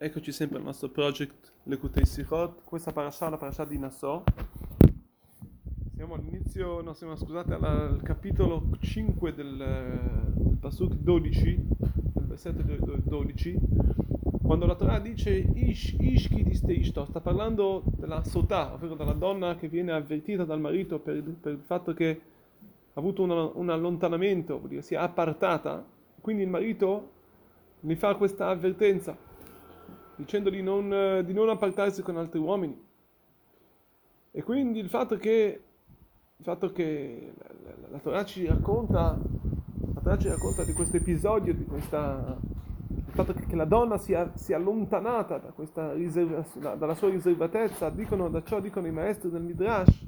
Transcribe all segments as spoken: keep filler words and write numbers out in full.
Eccoci sempre al nostro project Lekutei Sichot, questa parasha, la parasha di Nassò. Siamo all'inizio, no, siamo, scusate, al, al capitolo cinque del, del Pasuk dodici, del versetto dodici, quando la Torah dice Ish, Ish ki tiste ishto, sta parlando della sotà, ovvero della donna che viene avvertita dal marito per, per il fatto che ha avuto una, un allontanamento, vuol dire si è appartata, quindi il marito gli fa questa avvertenza dicendo di non, di non appartarsi con altri uomini. E quindi il fatto che, il fatto che la, la, la Torah ci racconta, la Torah ci racconta di questo episodio, di questa, il fatto che, che la donna sia, sia allontanata da questa riserva, dalla sua riservatezza, dicono, da ciò dicono i maestri del Midrash,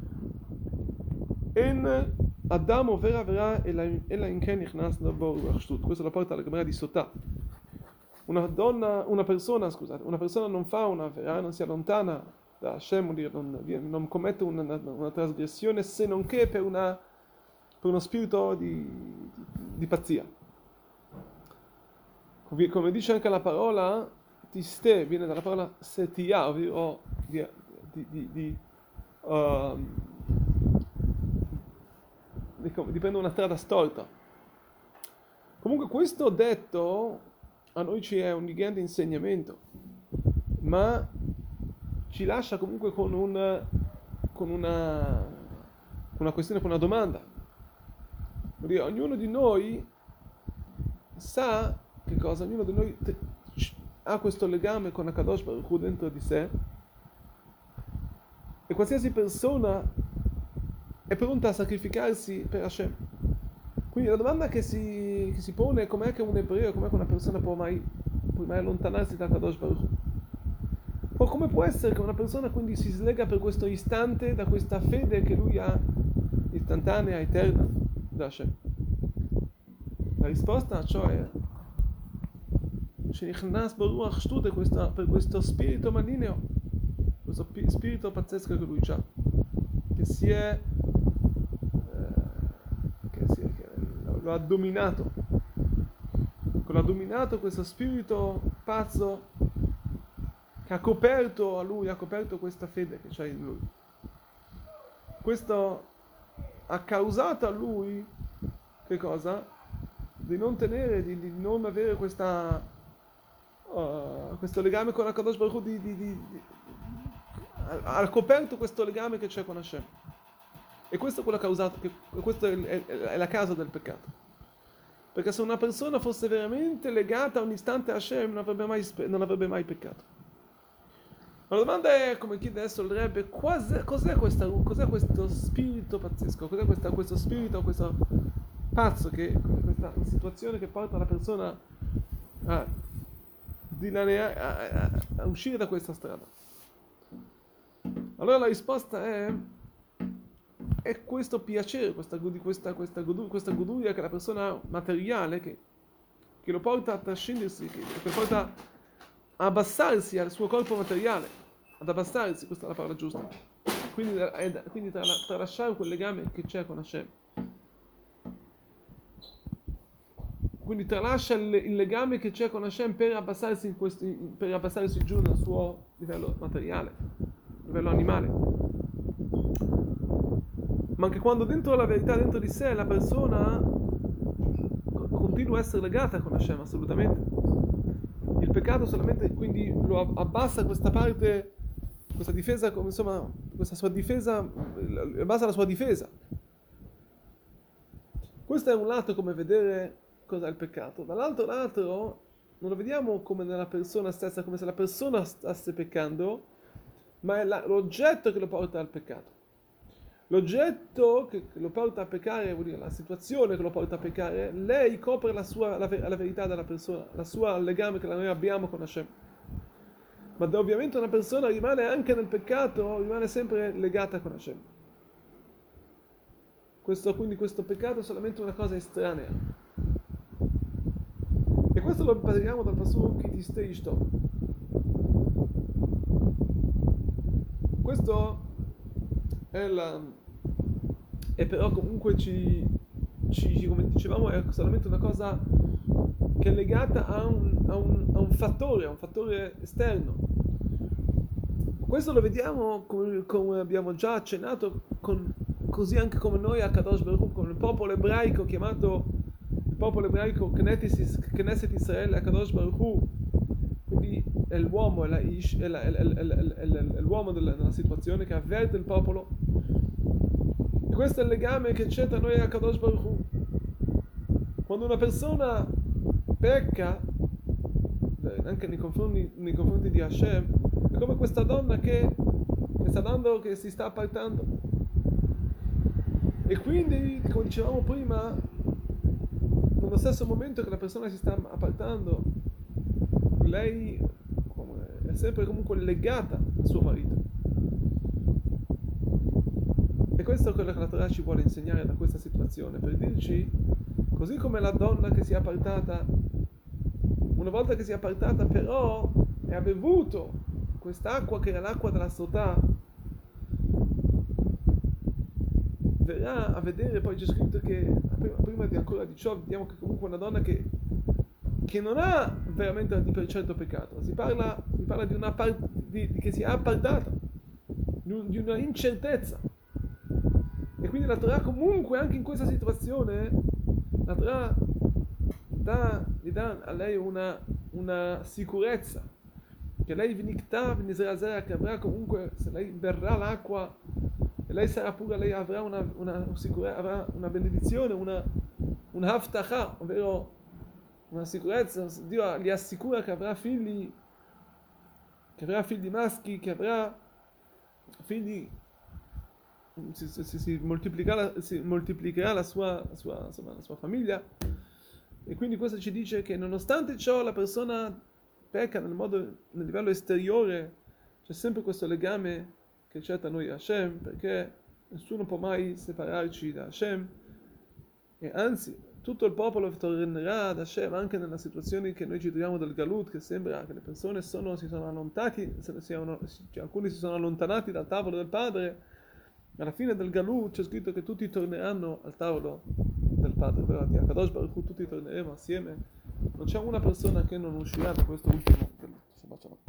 En Adamo vera vera ela inken nichnas bo ruach shtut. Questo lo porta alla Gemara di Sotah. Una donna, una persona, scusate, una persona non fa una vera, non si allontana da Hashem, non, non commette una, una trasgressione se non che per, una, per uno spirito di, di, di pazzia. Come, come dice anche la parola, tiste viene dalla parola setia, ovvero di, di, di, di, uh, di, di prendere una strada storta. Comunque questo detto a noi ci è un grande insegnamento, ma ci lascia comunque con una, con una, con una questione, con una domanda. Vuol dire, ognuno di noi sa che cosa, ognuno di noi te, ha questo legame con Akadosh Baruch Hu dentro di sé, e qualsiasi persona è pronta a sacrificarsi per Hashem. Quindi la domanda che si, che si pone è com'è che un ebreo, com'è che una persona può mai, può mai allontanarsi da Kadosh Baruch Hu? O come può essere che una persona quindi si slega per questo istante da questa fede che lui ha, istantanea, eterna, da Hashem? La risposta a ciò è Shenichnas Baruch Shtut, per questo spirito maligno, questo spirito pazzesco che lui ha, che si è lo ha dominato, lo ha dominato questo spirito pazzo che ha coperto a lui, ha coperto questa fede che c'è in lui. Questo ha causato a lui che cosa? Di non tenere, di, di non avere questa, uh, questo legame con Akadosh Baruch Hu, di, di, di, di, ha coperto questo legame che c'è con Hashem. E questo è quello causato, che, questo è, è, è la causa del peccato. Perché se una persona fosse veramente legata a un istante a Hashem, non avrebbe mai, non avrebbe mai peccato. Ma la domanda è, come chiede adesso il Rebbe, cos'è, cos'è, questa, cos'è questo spirito pazzesco? Cos'è questa, questo spirito, questo pazzo, che, questa situazione che porta la persona a, a, a, a uscire da questa strada? Allora la risposta è è questo piacere, questa, questa, questa, questa goduria che la persona materiale che, che lo porta a trascendersi, che, che lo porta a abbassarsi al suo corpo materiale, ad abbassarsi, questa è la parola giusta, quindi, quindi tra, tralasciare quel legame che c'è con Hashem, quindi tralascia il, il legame che c'è con Hashem per abbassarsi, in questi, per abbassarsi giù nel suo livello materiale, livello animale. Ma anche quando dentro la verità, dentro di sé, la persona continua a essere legata con Hashem, assolutamente. Il peccato solamente quindi lo abbassa questa parte, questa difesa, insomma, questa sua difesa, abbassa la sua difesa. Questo è un lato come vedere cos'è il peccato. Dall'altro lato non lo vediamo come nella persona stessa, come se la persona stesse peccando, ma è la, l'oggetto che lo porta al peccato. L'oggetto che lo porta a peccare, vuol dire la situazione che lo porta a peccare, lei copre la sua la, la verità della persona, la sua legame che noi abbiamo con Hashem. Ma ovviamente una persona rimane anche nel peccato, rimane sempre legata con Hashem. Questo, quindi questo peccato è solamente una cosa estranea. E questo lo impariamo dal Pasuk Ki tiste ishto. Questo è la, e però comunque ci, ci, come dicevamo, è solamente una cosa che è legata a un, a un, a un fattore, a un fattore esterno. Questo lo vediamo, come, come abbiamo già accennato, con, così anche come noi a Kadosh Baruch Hu, con il popolo ebraico chiamato il popolo ebraico Knesset Israele a Kadosh Baruch Hu, quindi è l'uomo, è, la ish, è, la, è, la, è, la, è, la, è l'uomo della, della situazione che avverte il popolo, e questo è il legame che c'è tra noi a Kadosh Baruch Hu. Quando una persona pecca anche nei confronti, nei confronti di Hashem, è come questa donna che, che sta dando, che si sta appartando, e quindi, come dicevamo prima, nello stesso momento che la persona si sta appartando, lei è sempre comunque legata al suo marito. E questo è quello che la Torah ci vuole insegnare da questa situazione, per dirci, così come la donna che si è appartata, una volta che si è appartata però e ha bevuto quest'acqua che era l'acqua della Sotah, verrà a vedere, poi c'è scritto che prima, prima di ancora di ciò vediamo che comunque una donna che, che non ha veramente al di per cento peccato, si parla, si parla di una part, di, di che si è appartata, di, un, di una incertezza. E quindi la Torah comunque anche in questa situazione, la Torah dà, gli dà a lei una, una sicurezza, che lei vinikta, vinisrazera, che avrà comunque, se lei berrà l'acqua, e lei sarà pure, lei avrà una, una, una, avrà una benedizione, una, una haftacha, ovvero una sicurezza. Dio gli assicura che avrà figli, che avrà figli maschi, che avrà figli, si, si, si, moltiplicherà, si moltiplicherà la sua, la sua, insomma, la sua famiglia. E quindi questo ci dice che nonostante ciò la persona pecca nel modo, nel livello esteriore, c'è sempre questo legame che c'è tra noi e Hashem, perché nessuno può mai separarci da Hashem, e anzi tutto il popolo tornerà ad Hashem anche nella situazione che noi ci troviamo del Galut, che sembra che le persone sono, si sono allontanati, siano, cioè alcuni si sono allontanati dal tavolo del Padre. Alla fine del Galut c'è scritto che tutti torneranno al tavolo del Padre, vero? Di Akadosh Baruch Hu tutti torneremo assieme, non c'è una persona che non uscirà da questo ultimo Galut.